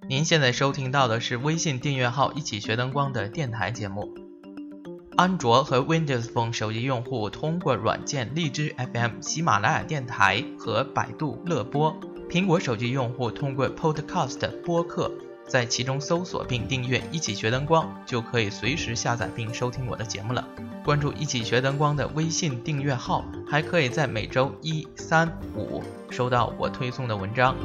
您现在收听到的是微信订阅号一起学灯光的电台节目。安卓和 Windows Phone 手机用户通过软件荔枝 FM、喜马拉雅电台和百度乐播，苹果手机用户通过 Podcast 播客，在其中搜索并订阅一起学灯光，就可以随时下载并收听我的节目了。关注一起学灯光的微信订阅号，还可以在每周1、3、5收到我推送的文章。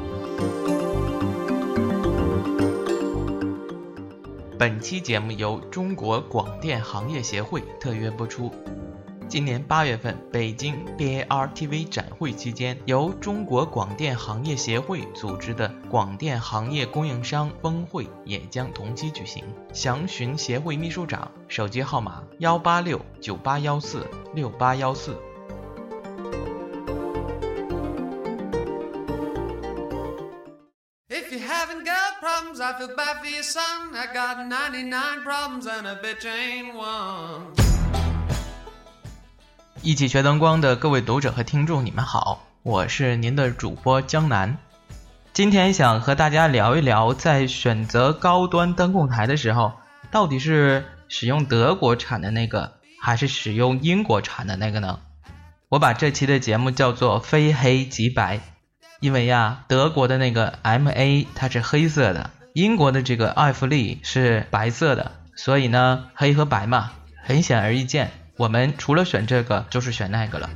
本期节目由中国广电行业协会特约播出。今年8月份，北京 BARTV 展会期间，由中国广电行业协会组织的广电行业供应商峰会也将同期举行。详询协会秘书长，手机号码186-9814-6814。 I feel bad for your son. I got 99 problems and a bitch ain't one. 一起学灯光的各位读者和听众，你们好，我是您的主播江南。今天想和大家聊一聊，在选择高端灯控台的时候，到底是使用德国产的那个，还是使用英国产的那个呢？我把这期的节目叫做非黑即白，因为德国的那个 MA 它是黑色的，英国的这个艾弗利是白色的，所以呢，黑和白嘛，很显而易见，我们除了选这个就是选那个了。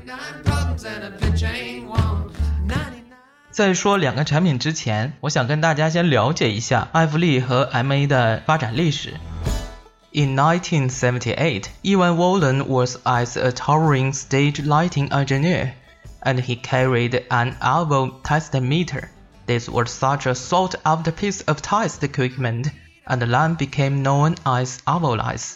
在说两个产品之前，我想跟大家先了解一下艾弗利和 MA 的发展历史。In 1978, Ivan Volin was as a touring stage lighting engineer, and he carried an Avro test meter.This was such a sought-after piece of test equipment, and the lamp became known as Avolites.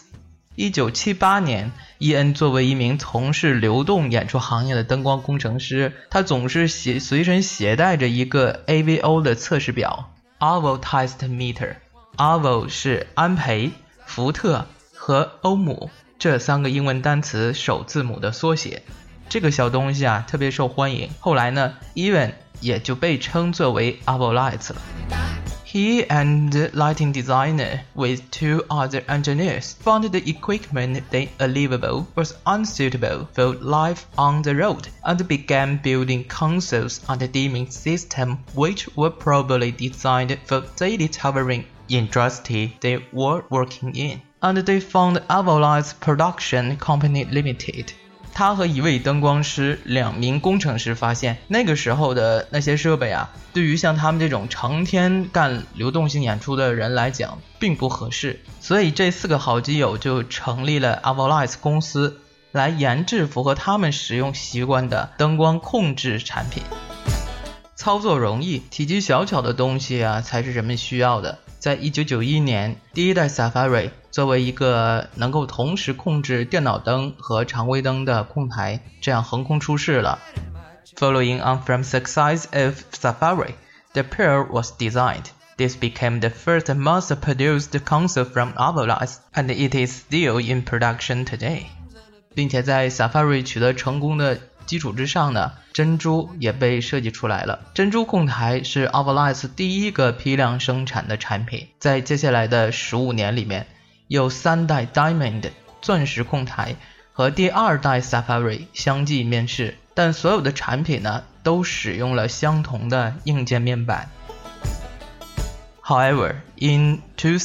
1978年，伊恩作为一名从事流动演出行业的灯光工程师，他总是随身携带着一个 AVO 的测试表 Avro test meter。Avro 是安培、福特和欧姆这3个英文单词首字母的缩写。这个小东西特别受欢迎，后来呢 Ivan 也就被称作为 Avolites 了。He and the lighting designer, with 2 other engineers, found the equipment they unlivable was unsuitable for life on the road, and began building consoles and dimming systems which were probably designed for daily touring industry they were working in. And they found Avolites Production Company Limited.他和一位灯光师2名工程师发现，那个时候的那些设备对于像他们这种成天干流动性演出的人来讲并不合适，所以这4个好基友就成立了 Avolites 公司，来研制符合他们使用习惯的灯光控制产品。操作容易，体积小巧的东西才是人们需要的。在1991年，第一代 Safari 作为一个能够同时控制电脑灯和常规灯的控台，这样横空出世了。Following on from success of Safari, the Pearl was designed. This became the first mass-produced console from Avolites, and it is still in production today. 并且在 Safari 取得成功的基础之上呢，珍珠也被设计出来了。珍珠控台是 Avolites 第一个批量生产的产品，在接下来的15年里面，有3代 Diamond 钻石控台和第2代 Safari 相继面世，但所有的产品呢都使用了相同的硬件面板。However, in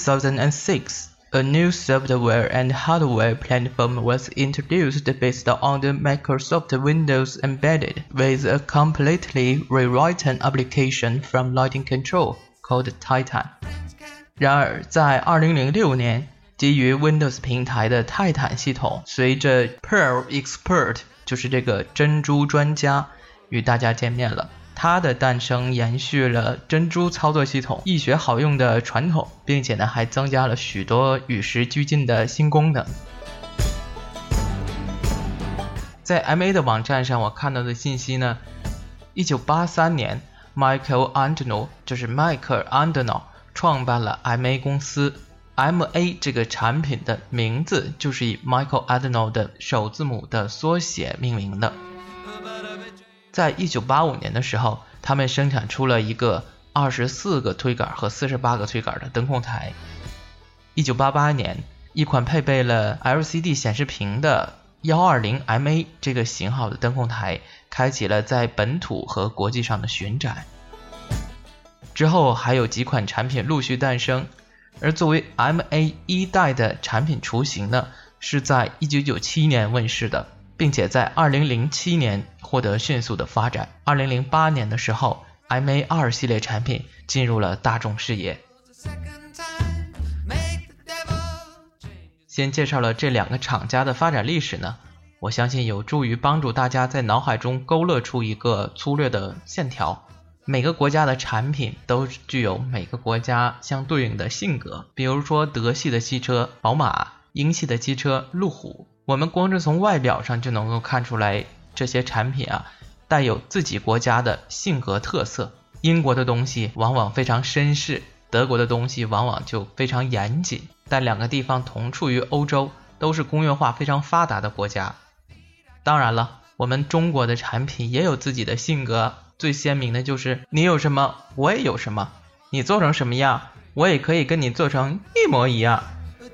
2006,A new software and hardware platform was introduced based on the Microsoft Windows Embedded, with a completely rewritten application from lighting control called Titan. 然而，在2006年，基于 Windows 平台的泰坦系统，随着 Pearl Expert， 就是这个珍珠专家，与大家见面了。它的诞生延续了珍珠操作系统易学好用的传统，并且呢还增加了许多与时俱进的新功能。在 MA 的网站上我看到的信息呢，1983年 Michael Andino 就是迈克尔安德诺创办了 MA 公司。MA 这个产品的名字就是以 Michael Andino 的首字母的缩写命名的。在1985年的时候，他们生产出了一个 24个推杆和48个推杆的灯控台。1988年，一款配备了 LCD 显示屏的 120MA 这个型号的灯控台开启了在本土和国际上的巡展。之后还有几款产品陆续诞生，而作为 MA1 代的产品雏形呢，是在1997年问世的，并且在2007年获得迅速的发展。2008年的时候， MA2 系列产品进入了大众视野。先介绍了这两个厂家的发展历史呢，我相信有助于帮助大家在脑海中勾勒出一个粗略的线条。每个国家的产品都具有每个国家相对应的性格，比如说德系的汽车宝马，英系的汽车路虎。我们光是从外表上就能够看出来，这些产品带有自己国家的性格特色。英国的东西往往非常绅士，德国的东西往往就非常严谨，但两个地方同处于欧洲，都是工业化非常发达的国家。当然了，我们中国的产品也有自己的性格，最鲜明的就是你有什么我也有什么，你做成什么样我也可以跟你做成一模一样。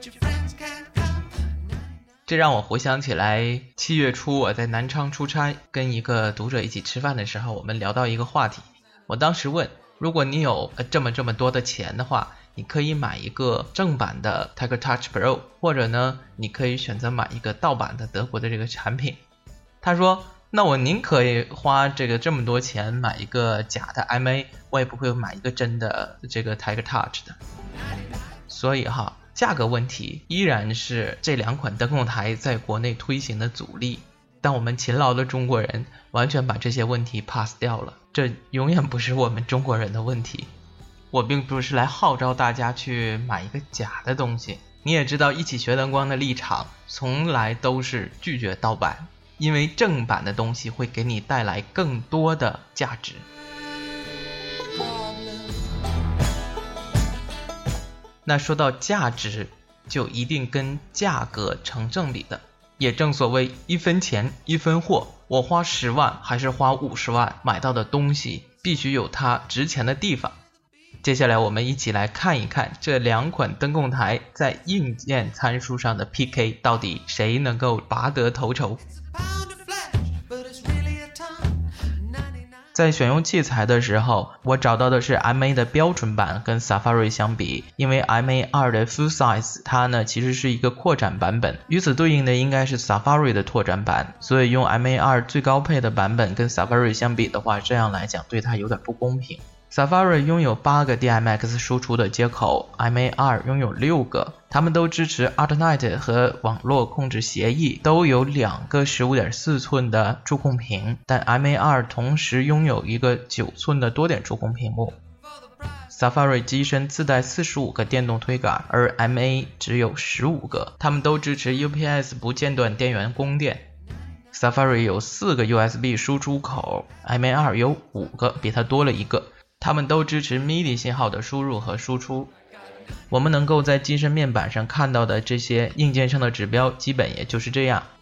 这让我回想起来7月初我在南昌出差，跟一个读者一起吃饭的时候，我们聊到一个话题。我当时问，如果你有这么多的钱的话，你可以买一个正版的 Tiger Touch Pro， 或者呢你可以选择买一个盗版的德国的这个产品。他说，那我宁可花这么多钱买一个假的 MA， 我也不会买一个真的这个 Tiger Touch 的。所以价格问题依然是这两款灯控台在国内推行的阻力，但我们勤劳的中国人完全把这些问题 pass 掉了，这永远不是我们中国人的问题。我并不是来号召大家去买一个假的东西，你也知道一起学灯光的立场从来都是拒绝盗版，因为正版的东西会给你带来更多的价值。那说到价值，就一定跟价格成正比的，也正所谓一分钱一分货，我花10万还是花50万买到的东西必须有它值钱的地方。接下来我们一起来看一看这两款灯控台在硬件参数上的 PK， 到底谁能够拔得头筹。在选用器材的时候，我找到的是 MA 的标准版跟 Safari 相比，因为 MA2 的 Full Size 它呢其实是一个扩展版本，与此对应的应该是 Safari 的拓展版，所以用 MA2 最高配的版本跟 Safari 相比的话，这样来讲对它有点不公平。Safari 拥有8个 DMX 输出的接口， MA2 拥有6个，它们都支持 Alternate 和网络控制协议，都有2个 15.4 寸的触控屏，但 MA2 同时拥有一个9寸的多点触控屏幕。Safari 机身自带45个电动推杆，而 MA 只有15个，它们都支持 UPS 不间断电源供电。Safari 有4个 USB 输出口， MA2 有5个，比它多了1个。它们都支持 MIDI 信号的输入和输出。我们能够在机身面板上看到的这些硬件上的指标基本也就是这样。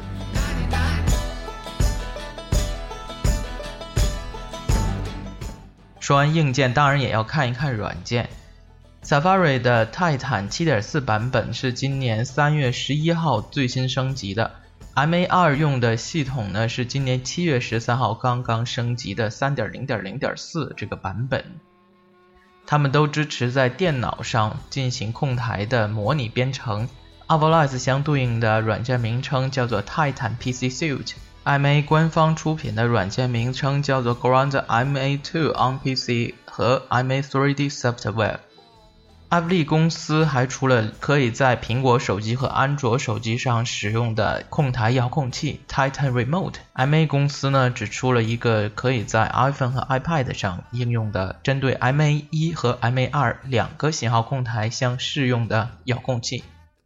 说完硬件，当然也要看一看软件。Safari 的泰坦 7.4 版本是今年3月11号最新升级的， MA2 用的系统呢是今年7月13号刚刚升级的 3.0.0.4 这个版本。它们都支持在电脑上进行控台的模拟编程。 Avolice 相对应的软件名称叫做 Titan PC Suite， MA 官方出品的软件名称叫做 Ground MA2 on PC 和 MA 3D Software。iFLY 公司还出了可以在苹果手机和安卓手机上使用的控台遥控器 Titan Remote。 MA 公司呢只出了一个可以在 iPhone 和 iPad 上应用的针对 MA1 和 MA2 2个型号控台相适用的遥控器。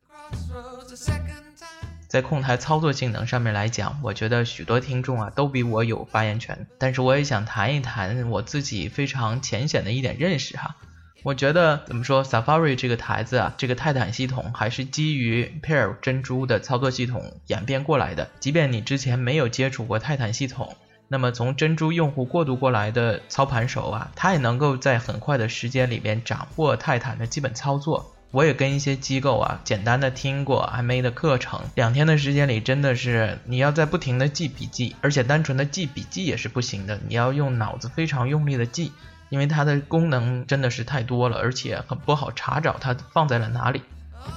在控台操作性能上面来讲，我觉得许多听众都比我有发言权，但是我也想谈一谈我自己非常浅显的一点认识我觉得怎么说 Safari 这个台子这个泰坦系统还是基于 Pearl 珍珠的操作系统演变过来的。即便你之前没有接触过泰坦系统， 那么从珍珠用户过渡过来的操盘手啊，他也能够在很快的时间里边掌握泰坦的基本操作。我也跟一些机构啊简单的听过 MA 的课程，2天的时间里真的是你要在不停的记笔记，而且单纯的记笔记也是不行的，你要用脑子非常用力的记，因为它的功能真的是太多了，而且很不好查找它放在了哪里。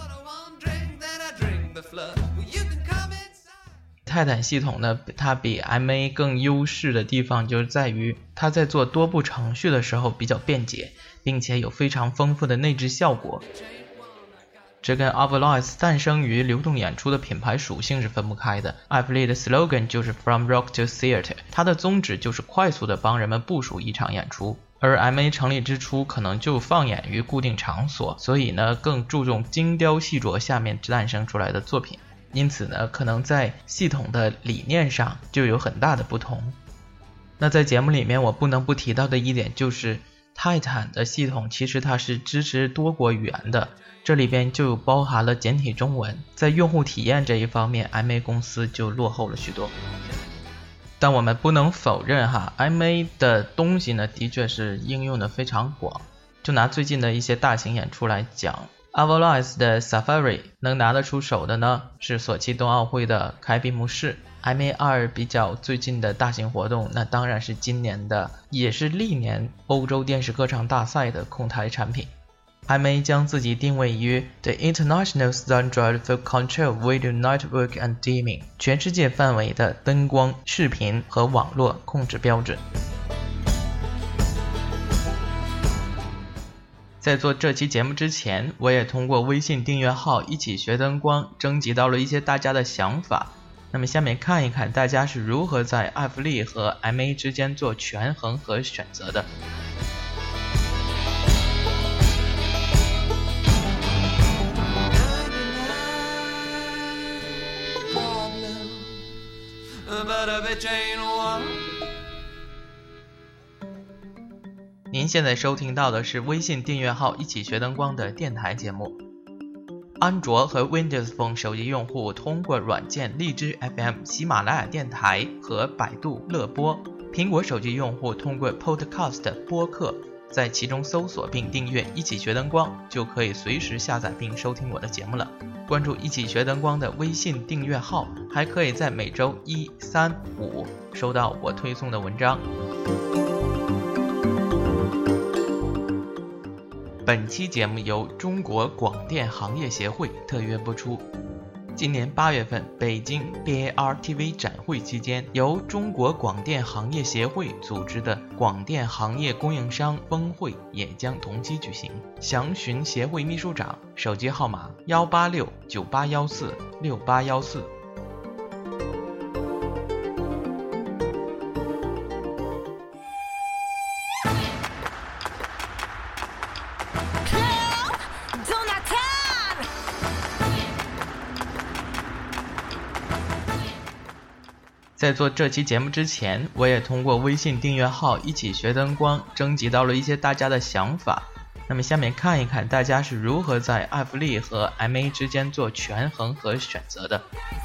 泰坦系统呢，它比 MA 更优势的地方就是在于它在做多步程序的时候比较便捷，并且有非常丰富的内置效果。这跟 Avalice 诞生于流动演出的品牌属性是分不开的。艾弗利的 slogan 就是 From Rock to Theater， 它的宗旨就是快速的帮人们部署一场演出。而 MA 成立之初可能就放眼于固定场所，所以呢更注重精雕细琢下面诞生出来的作品，因此呢可能在系统的理念上就有很大的不同。那在节目里面我不能不提到的一点就是泰坦的系统其实它是支持多国语言的，这里边就包含了简体中文，在用户体验这一方面 MA 公司就落后了许多。但我们不能否认MA 的东西呢的确是应用的非常广。就拿最近的一些大型演出来讲， Avalice 的 Safari 能拿得出手的呢是索契冬奥会的开闭幕式。MA2 比较最近的大型活动，那当然是今年的也是历年欧洲电视歌唱大赛的控台产品。MA 将自己定位于 The International Standard for Control Video Network and Dimming， 全世界范围的灯光、视频和网络控制标准。在做这期节目之前，我也通过微信订阅号一起学灯光征集到了一些大家的想法。那么下面看一看大家是如何在艾弗利和 MA 之间做权衡和选择的。您现在收听到的是微信订阅号一起学灯光的电台节目。安卓和 Windows Phone 手机用户通过软件荔枝 FM、 喜马拉雅电台和百度乐播，苹果手机用户通过 Podcast 播客，在其中搜索并订阅一起学灯光，就可以随时下载并收听我的节目了。关注一起学灯光的微信订阅号，还可以在每周1、3、5收到我推送的文章。本期节目由中国广电行业协会特约播出。今年8月份北京 BARTV 展会期间，由中国广电行业协会组织的广电行业供应商峰会也将同期举行。详询协会秘书长，手机号码186-9814-6814。在做这期节目之前，我也通过微信订阅号一起学灯光征集到了一些大家的想法。那么下面看一看大家是如何在艾弗利和 MA 之间做权衡和选择的。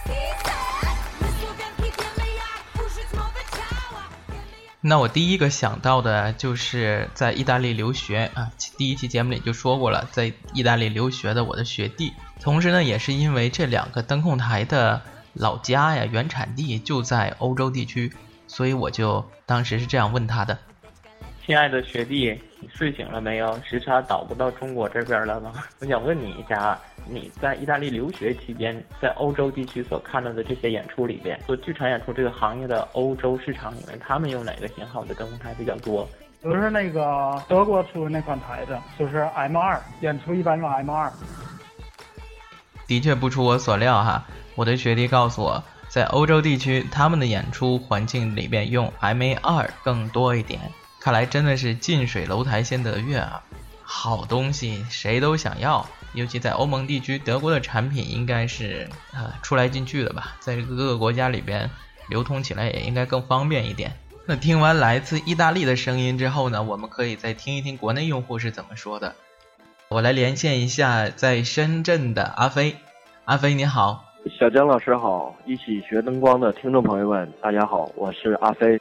那我第一个想到的就是在意大利留学第一期节目里就说过了，在意大利留学的我的学弟，同时呢也是因为这2个灯控台的老家呀，原产地就在欧洲地区，所以我就当时是这样问他的： 亲爱的学弟，你睡醒了没有？时差倒不到中国这边了吗？我想问你一下，你在意大利留学期间，在欧洲地区所看到的这些演出里边，做剧场演出这个行业的欧洲市场里面，他们用哪个型号的灯控台比较多？ 就是那个德国出的那款台子，就是 M2， 演出一般用 M2。 的确不出我所料我的学弟告诉我，在欧洲地区他们的演出环境里边用 MA2 更多一点。看来真的是近水楼台先得月好东西谁都想要，尤其在欧盟地区，德国的产品应该是出来进去的吧，在各个国家里边流通起来也应该更方便一点。那听完来自意大利的声音之后呢，我们可以再听一听国内用户是怎么说的。我来连线一下在深圳的阿飞。阿飞你好。 小江老师好，一起学灯光的听众朋友们大家好，我是阿飞。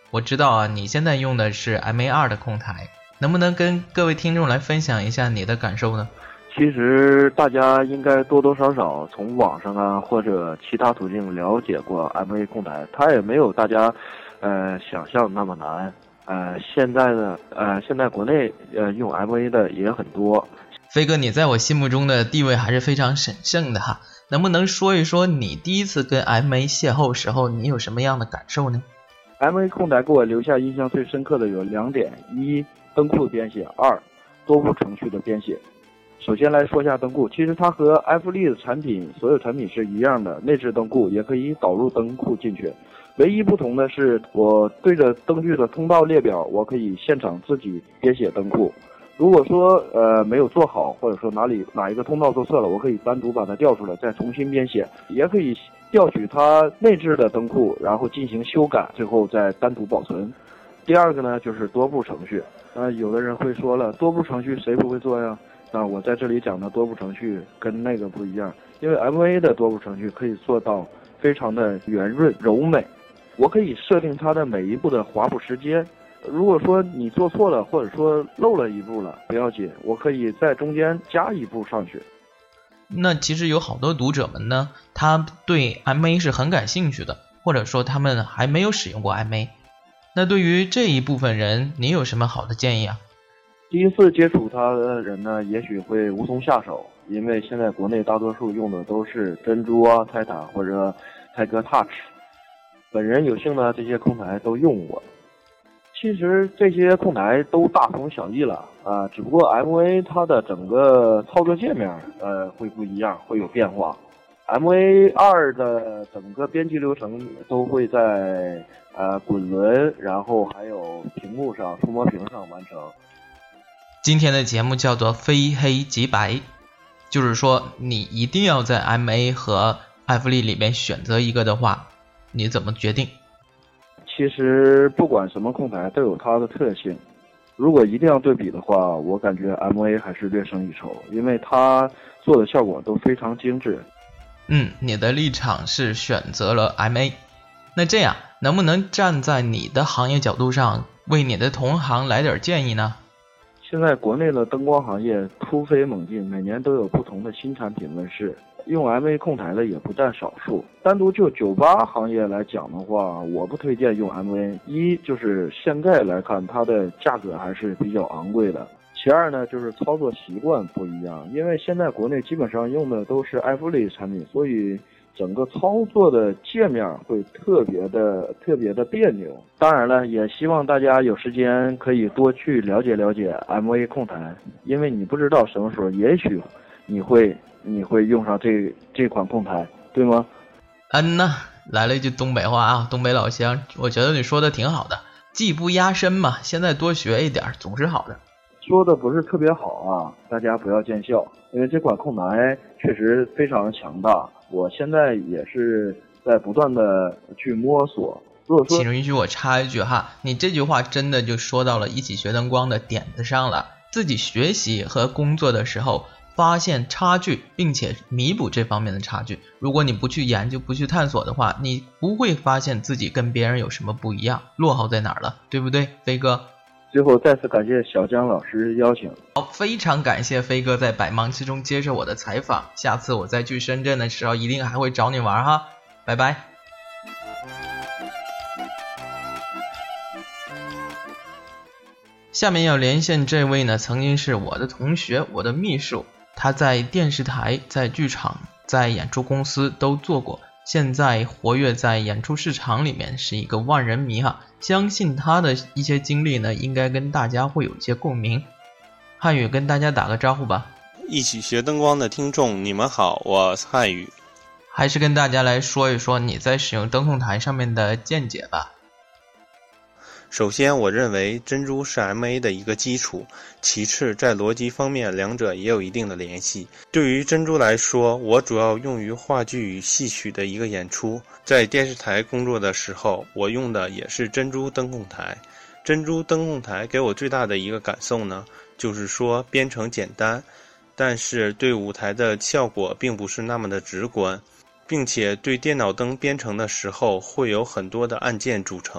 我知道啊，你现在用的是 MA2 的控台，能不能跟各位听众来分享一下你的感受呢？ 其实大家应该多多少少从网上啊或者其他途径了解过 MA 控台，它也没有大家想象那么难。现在国内用 MA 的也很多。 飞哥，你在我心目中的地位还是非常神圣的哈，能不能说一说你第一次跟 MA 邂逅时候你有什么样的感受呢？ MA 控台给我留下印象最深刻的有2点：一，灯库的编写；二，多步程序的编写。首先来说一下灯库，其实它和 F 力的所有产品是一样的，内置灯库也可以导入灯库进去。唯一不同的是，我对着灯具的通道列表，我可以现场自己编写灯库。如果说没有做好，或者说哪一个通道做错了，我可以单独把它调出来再重新编写，也可以调取它内置的灯库，然后进行修改，最后再单独保存。第二个呢，就是多步程序。有的人会说了，多步程序谁不会做呀？我在这里讲的多步程序跟那个不一样，因为 MA 的多步程序可以做到非常的圆润柔美，我可以设定它的每一步的滑步时间。如果说你做错了，或者说漏了一步了，不要紧，我可以在中间加一步上去。 那其实有好多读者们呢，他对 MA 是很感兴趣的，或者说他们还没有使用过 MA。那对于这一部分人，你有什么好的建议啊？ 第一次接触它的人呢，也许会无从下手，因为现在国内大多数用的都是珍珠啊、泰坦或者泰格 Touch。本人有幸呢，这些控台都用过。其实这些控台都大同小异了只不过 MA 它的整个操作界面会不一样，会有变化。MA2 的整个编辑流程都会在滚轮，然后还有屏幕上、触摸屏上完成。 今天的节目叫做非黑即白，就是说你一定要在 MA 和 F 力里面选择一个的话，你怎么决定？ 其实不管什么控台都有它的特性，如果一定要对比的话，我感觉 MA 还是略胜一筹，因为它做的效果都非常精致。 你的立场是选择了 MA， 那这样能不能站在你的行业角度上为你的同行来点建议呢？ 现在国内的灯光行业突飞猛进，每年都有不同的新产品问世，用 MA 控台的也不占少数。单独就酒吧行业来讲的话，我不推荐用 MA。一就是现在来看，它的价格还是比较昂贵的。其二呢，就是操作习惯不一样，因为现在国内基本上用的都是 F 类产品，所以整个操作的界面会特别的别扭。当然了，也希望大家有时间可以多去了解了解 MA 控台，因为你不知道什么时候，也许你会用上这款控台，对吗？ 来了一句东北话啊，东北老乡，我觉得你说的挺好的，技不压身嘛，现在多学一点总是好的。 说的不是特别好啊，大家不要见笑，因为这款控台确实非常强大，我现在也是在不断的去摸索。如果说， 请允许我插一句哈，你这句话真的就说到了一起学灯光的点子上了。自己学习和工作的时候发现差距，并且弥补这方面的差距。如果你不去研究、不去探索的话，你不会发现自己跟别人有什么不一样，落后在哪儿了，对不对，飞哥？ 最后再次感谢小江老师邀请。 好，非常感谢飞哥在百忙之中接受我的采访，下次我再去深圳的时候一定还会找你玩哈，拜拜。下面要连线这位呢，曾经是我的同学，我的秘书，他在电视台、在剧场、在演出公司都做过，现在活跃在演出市场里面，是一个万人迷哈。相信他的一些经历呢，应该跟大家会有一些共鸣。汉语跟大家打个招呼吧。 一起学灯光的听众，你们好，我是汉语。 还是跟大家来说一说你在使用灯控台上面的见解吧。 首先，我认为珍珠是 MA 的一个基础，其次在逻辑方面两者也有一定的联系。对于珍珠来说，我主要用于话剧与戏曲的一个演出，在电视台工作的时候，我用的也是珍珠灯控台。珍珠灯控台给我最大的一个感受呢，就是说编程简单，但是对舞台的效果并不是那么的直观，并且对电脑灯编程的时候会有很多的按键组成，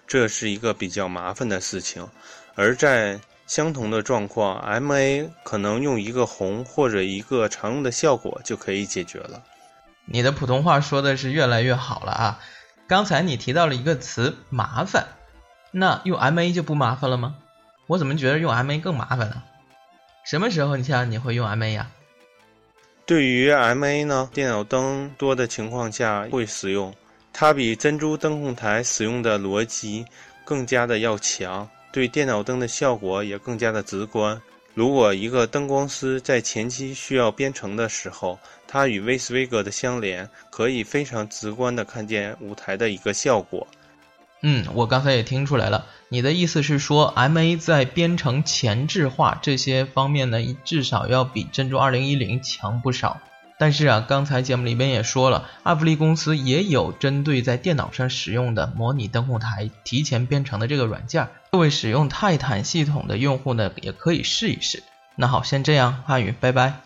这是一个比较麻烦的事情。而在相同的状况， MA 可能用一个红或者一个常用的效果就可以解决了。 你的普通话说的是越来越好了啊！刚才你提到了一个词麻烦，那用 MA 就不麻烦了吗？我怎么觉得用 MA 更麻烦呢？什么时候你会用 MA 呀？ 对于 MA 呢，电脑灯多的情况下会使用，它比珍珠灯控台使用的逻辑更加的要强，对电脑灯的效果也更加的直观。如果一个灯光师在前期需要编程的时候，它与 VSWIG 的相连，可以非常直观的看见舞台的一个效果。 我刚才也听出来了，你的意思是说 MA 在编程前置化这些方面呢，至少要比珍珠2010强不少。但是刚才节目里边也说了，艾弗利公司也有针对在电脑上使用的模拟灯控台提前编程的这个软件，各位使用泰坦系统的用户呢，也可以试一试。那好，先这样，汉语拜拜。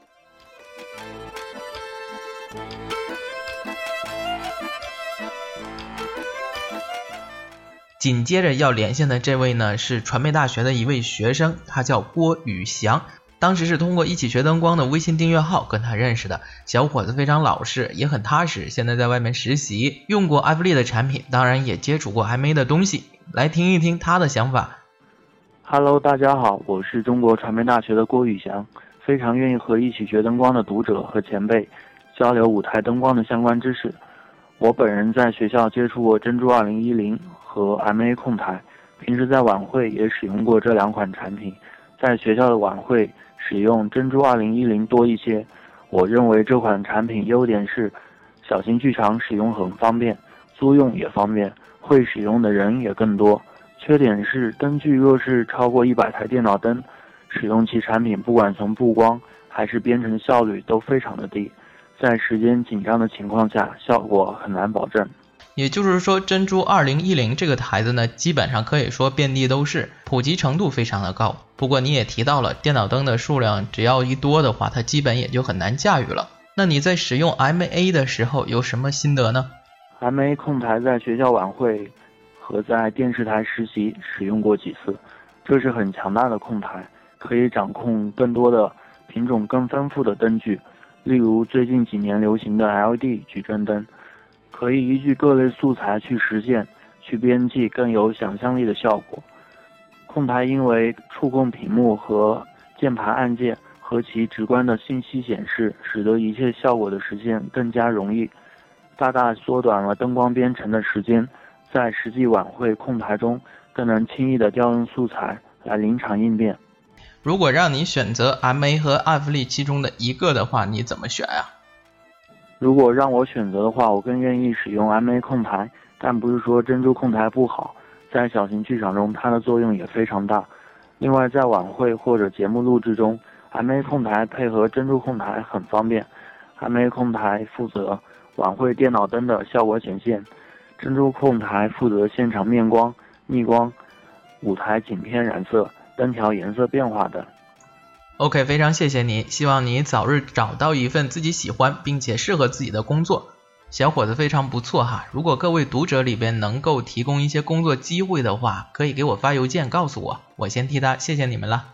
紧接着要连线的这位呢，是传媒大学的一位学生，他叫郭宇翔。当时是通过一起学灯光的微信订阅号跟他认识的，小伙子非常老实，也很踏实，现在在外面实习，用过艾弗利的产品，当然也接触过 MA 的东西。来听一听他的想法。 Hello， 大家好，我是中国传媒大学的郭宇翔，非常愿意和一起学灯光的读者和前辈交流舞台灯光的相关知识。我本人在学校接触过珍珠2010和 MA 控台，平时在晚会也使用过这两款产品。在学校的晚会使用珍珠2010多一些。我认为这款产品优点是小型剧场使用很方便，租用也方便，会使用的人也更多。缺点是灯具若是超过100台电脑灯，使用其产品不管从布光还是编程效率都非常的低，在时间紧张的情况下效果很难保证。 也就是说，珍珠2010这个台子呢，基本上可以说遍地都是，普及程度非常的高。不过你也提到了，电脑灯的数量只要一多的话，它基本也就很难驾驭了。那你在使用 MA 的时候有什么心得呢？ MA 控台在学校晚会和在电视台实习使用过几次，这是很强大的控台，可以掌控更多的品种更丰富的灯具，例如最近几年流行的 LED 矩阵灯，可以依据各类素材去实现，去编辑更有想象力的效果。控台因为触控屏幕和键盘按键和其直观的信息显示，使得一切效果的实现更加容易，大大缩短了灯光编程的时间，在实际晚会控台中更能轻易地调用素材来临场应变。 如果让你选择 MA 和艾弗利其中的一个的话，你怎么选啊？ 如果让我选择的话，我更愿意使用 MA 控台，但不是说珍珠控台不好，在小型剧场中它的作用也非常大。另外在晚会或者节目录制中， MA 控台配合珍珠控台很方便。 MA 控台负责晚会电脑灯的效果显现，珍珠控台负责现场面光、逆光、舞台景片染色、灯条颜色变化等。 OK， 非常谢谢你，希望你早日找到一份自己喜欢并且适合自己的工作。小伙子非常不错哈，如果各位读者里边能够提供一些工作机会的话，可以给我发邮件告诉我，我先替他谢谢你们了。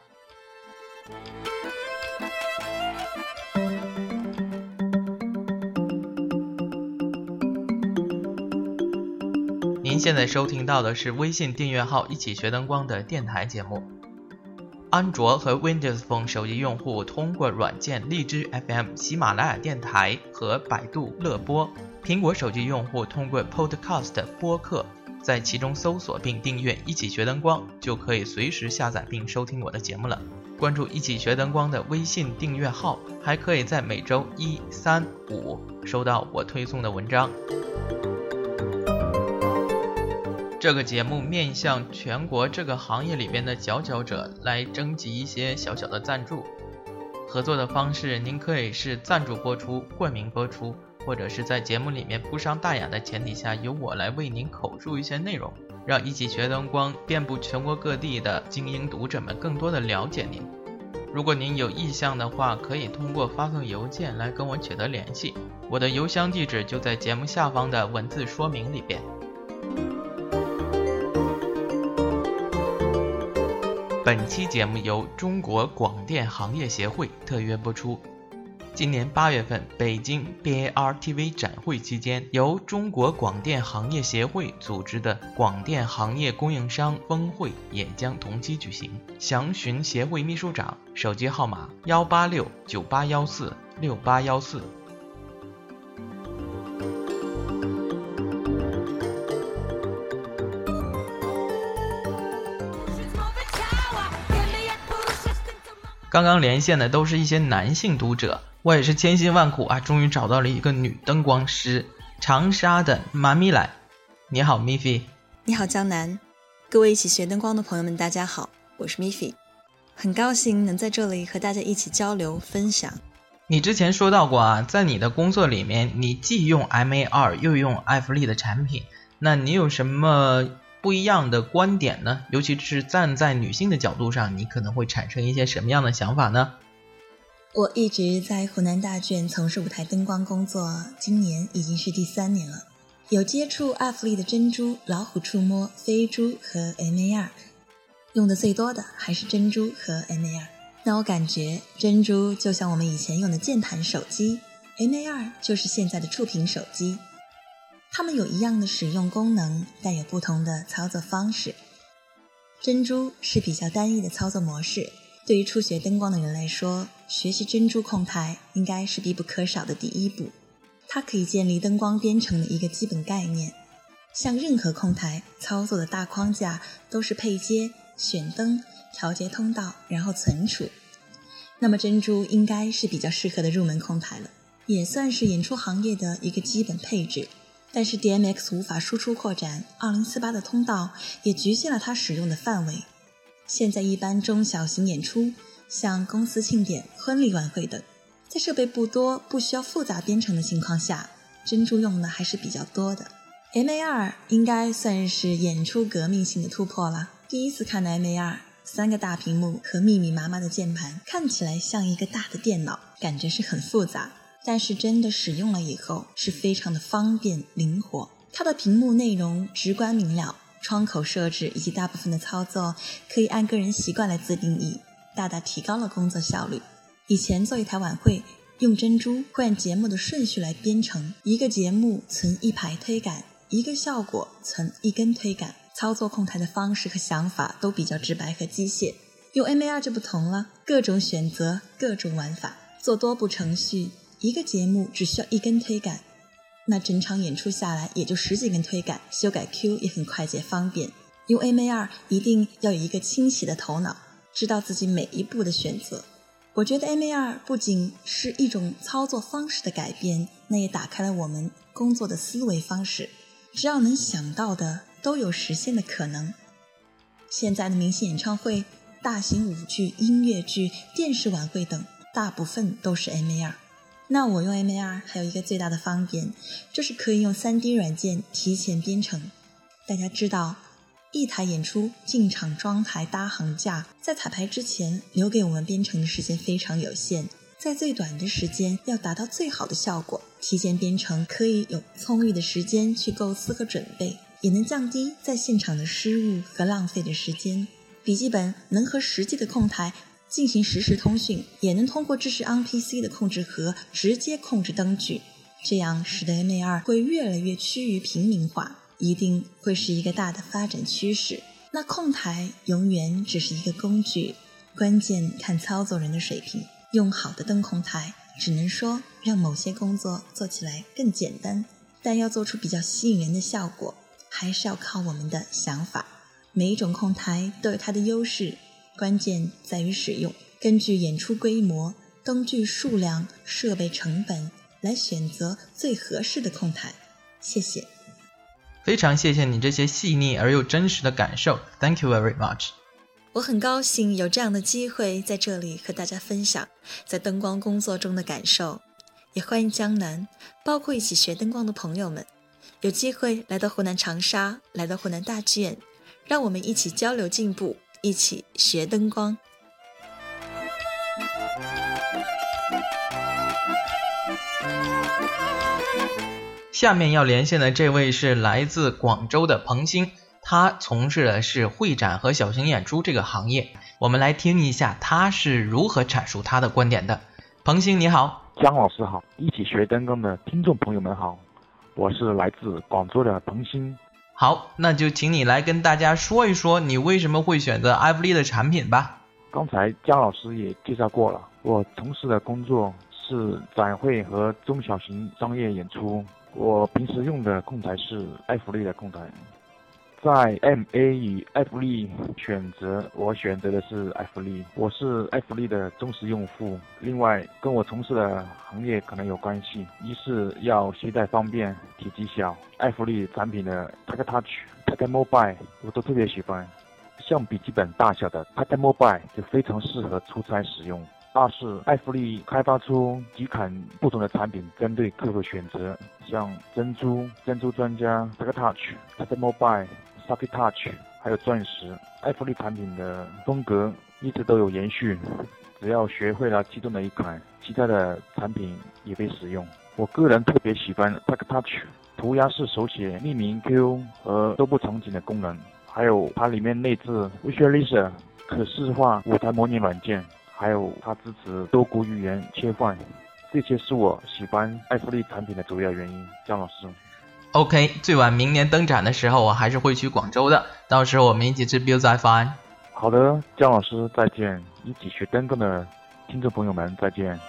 您现在收听到的是微信订阅号一起学灯光的电台节目。安卓和 Windows Phone 手机用户通过软件荔枝 FM、 喜马拉雅电台和百度乐播，苹果手机用户通过 Podcast 播客，在其中搜索并订阅一起学灯光，就可以随时下载并收听我的节目了。关注一起学灯光的微信订阅号，还可以在每周1、3、5收到我推送的文章。这个节目面向全国这个行业里边的佼佼者来征集一些小小的赞助。合作的方式，您可以是赞助播出、冠名播出，或者是在节目里面不伤大雅的前提下，由我来为您口述一些内容，让一起学灯光遍布全国各地的精英读者们更多的了解您。如果您有意向的话，可以通过发送邮件来跟我取得联系，我的邮箱地址就在节目下方的文字说明里边。 本期节目由中国广电行业协会特约播出。今年8月份，北京 BARTV 展会期间，由中国广电行业协会组织的广电行业供应商峰会也将同期举行。详询协会秘书长，手机号码18698146814。刚刚连线的都是一些男性读者，我也是千辛万苦啊，终于找到了一个女灯光师，长沙的妈咪来。你好 Miffy。 你好江南，各位一起学灯光的朋友们大家好，我是 Miffy， 很高兴能在这里和大家一起交流分享。 你之前说到过啊，在你的工作里面你既用 MA2 又用艾弗利的产品，那你有什么不一样的观点呢？尤其是站在女性的角度上，你可能会产生一些什么样的想法呢？ 我一直在湖南大剧院从事舞台灯光工作，今年已经是第3年了，有接触艾弗利的珍珠、老虎触摸、飞珠和 MA2， 用的最多的还是珍珠和 MA2。 那我感觉珍珠就像我们以前用的键盘手机， MA2 就是现在的触屏手机，它们有一样的使用功能，但有不同的操作方式。珍珠是比较单一的操作模式，对于初学灯光的人来说，学习珍珠控台应该是必不可少的第一步。它可以建立灯光编程的一个基本概念，像任何控台操作的大框架都是配接、选灯、调节通道，然后存储。那么珍珠应该是比较适合的入门控台了，也算是演出行业的一个基本配置。但是 DMX 无法输出扩展，2048的通道也局限了它使用的范围。现在一般中小型演出，像公司庆典、婚礼晚会等，在设备不多、不需要复杂编程的情况下，珍珠用的还是比较多的。MA2 应该算是演出革命性的突破了。第一次看的 MA2， 3个大屏幕和密密麻麻的键盘，看起来像一个大的电脑，感觉是很复杂。但是真的使用了以后是非常的方便灵活，它的屏幕内容直观明了，窗口设置以及大部分的操作可以按个人习惯来自定义，大大提高了工作效率。以前做一台晚会用珍珠会按节目的顺序来编程，一个节目存1排推杆，一个效果存1根推杆，操作控台的方式和想法都比较直白和机械。用 MA2 就不同了，各种选择，各种玩法，做多步程序，一个节目只需要1根推杆，那整场演出下来也就10几根推杆，修改 Q 也很快捷方便。用 MA2 一定要有一个清晰的头脑，知道自己每一步的选择。我觉得 MA2 不仅是一种操作方式的改变，那也打开了我们工作的思维方式，只要能想到的都有实现的可能。现在的明星演唱会、大型舞剧、音乐剧、电视晚会等，大部分都是 MA2。那我用 MA2 还有一个最大的方便，就是可以用 3D 软件提前编程。大家知道，一台演出进场装台搭行架，在彩排之前留给我们编程的时间非常有限，在最短的时间要达到最好的效果，提前编程可以有充裕的时间去构思和准备，也能降低在现场的失误和浪费的时间。笔记本能和实际的控台进行实时通讯，也能通过支持 OnPC 的控制盒直接控制灯具，这样使得 MA2 会越来越趋于平民化，一定会是一个大的发展趋势。那控台永远只是一个工具，关键看操作人的水平。用好的灯控台只能说让某些工作做起来更简单，但要做出比较吸引人的效果，还是要靠我们的想法。每一种控台都有它的优势，关键在于使用，根据演出规模、灯具数量、设备成本来选择最合适的控台。谢谢。 非常谢谢你这些细腻而又真实的感受 Thank you very much。 我很高兴有这样的机会在这里和大家分享在灯光工作中的感受，也欢迎江南包括一起学灯光的朋友们有机会来到湖南长沙，来到湖南大剧院，让我们一起交流进步，一起学灯光。 下面要连线的这位是来自广州的彭鑫， 他从事的是会展和小型演出这个行业。我们来听一下他是如何阐述他的观点的。彭星你好。 姜老师好，一起学灯光的听众朋友们好，我是来自广州的彭星。 好，那就请你来跟大家说一说你为什么会选择艾弗利的产品吧。 刚才姜老师也介绍过了，我从事的工作是展会和中小型商业演出，我平时用的控台是艾弗利的控台。在 MA 与艾弗利选择，我选择的是艾弗利，我是艾弗利的忠实用户。另外跟我从事的行业可能有关系，一是要携带方便，体积小，艾弗利产品的 Packet Touch、Packet Mobile 我都特别喜欢，像笔记本大小的 Packet Mobile 就非常适合出差使用。二是艾弗利开发出几款不同的产品，针对客户选择，像珍珠专家 Packet Touch、Packet Mobile、Socket Touch 还有钻石。艾弗利产品的风格一直都有延续，只要学会了其中的一款，其他的产品也被使用。我个人特别喜欢 Packet Touch 涂鸦式手写匿名 Q 和多部场景的功能，还有它里面内置 Visualizer 可视化舞台模拟软件，还有它支持多国语言切换，这些是我喜欢艾弗利产品的主要原因。姜老师 OK， 最晚明年登展的时候我还是会去广州的，到时候我们一起吃 Bill 仔饭。 好的，姜老师再见，一起学灯光的听众朋友们再见。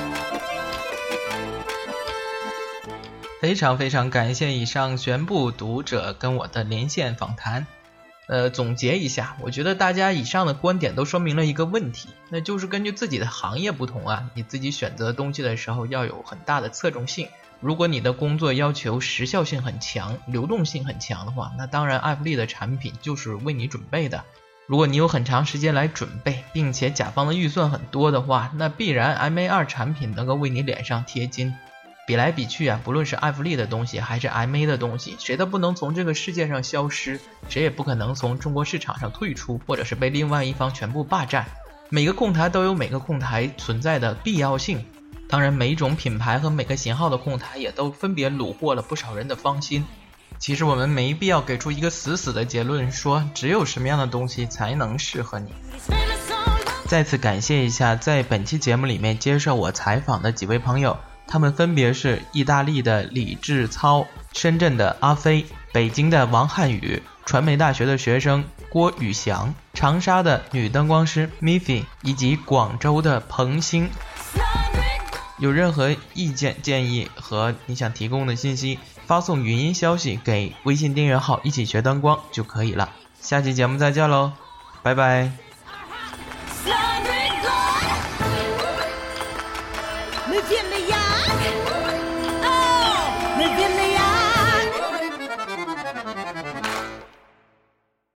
非常非常感谢以上全部读者跟我的连线访谈。总结一下，我觉得大家以上的观点都说明了一个问题，那就是根据自己的行业不同啊，你自己选择东西的时候要有很大的侧重性。如果你的工作要求时效性很强，流动性很强的话，那当然艾弗利的产品就是为你准备的。如果你有很长时间来准备，并且甲方的预算很多的话，那必然 MA2 产品能够为你脸上贴金。比来比去啊，不论是艾弗利的东西还是 MA 的东西，谁都不能从这个世界上消失，谁也不可能从中国市场上退出，或者是被另外一方全部霸占。每个控台都有每个控台存在的必要性，当然每一种品牌和每个型号的控台也都分别虏获了不少人的芳心。其实我们没必要给出一个死的结论，说只有什么样的东西才能适合你。再次感谢一下在本期节目里面接受我采访的几位朋友，他们分别是意大利的李志操、深圳的阿飞、北京的王汉宇、传媒大学的学生郭宇翔、长沙的女灯光师 Miffy 以及广州的彭星。有任何意见建议和你想提供的信息，发送语音消息给微信订阅号一起学灯光就可以了。下期节目再见喽，拜拜。 没变没样。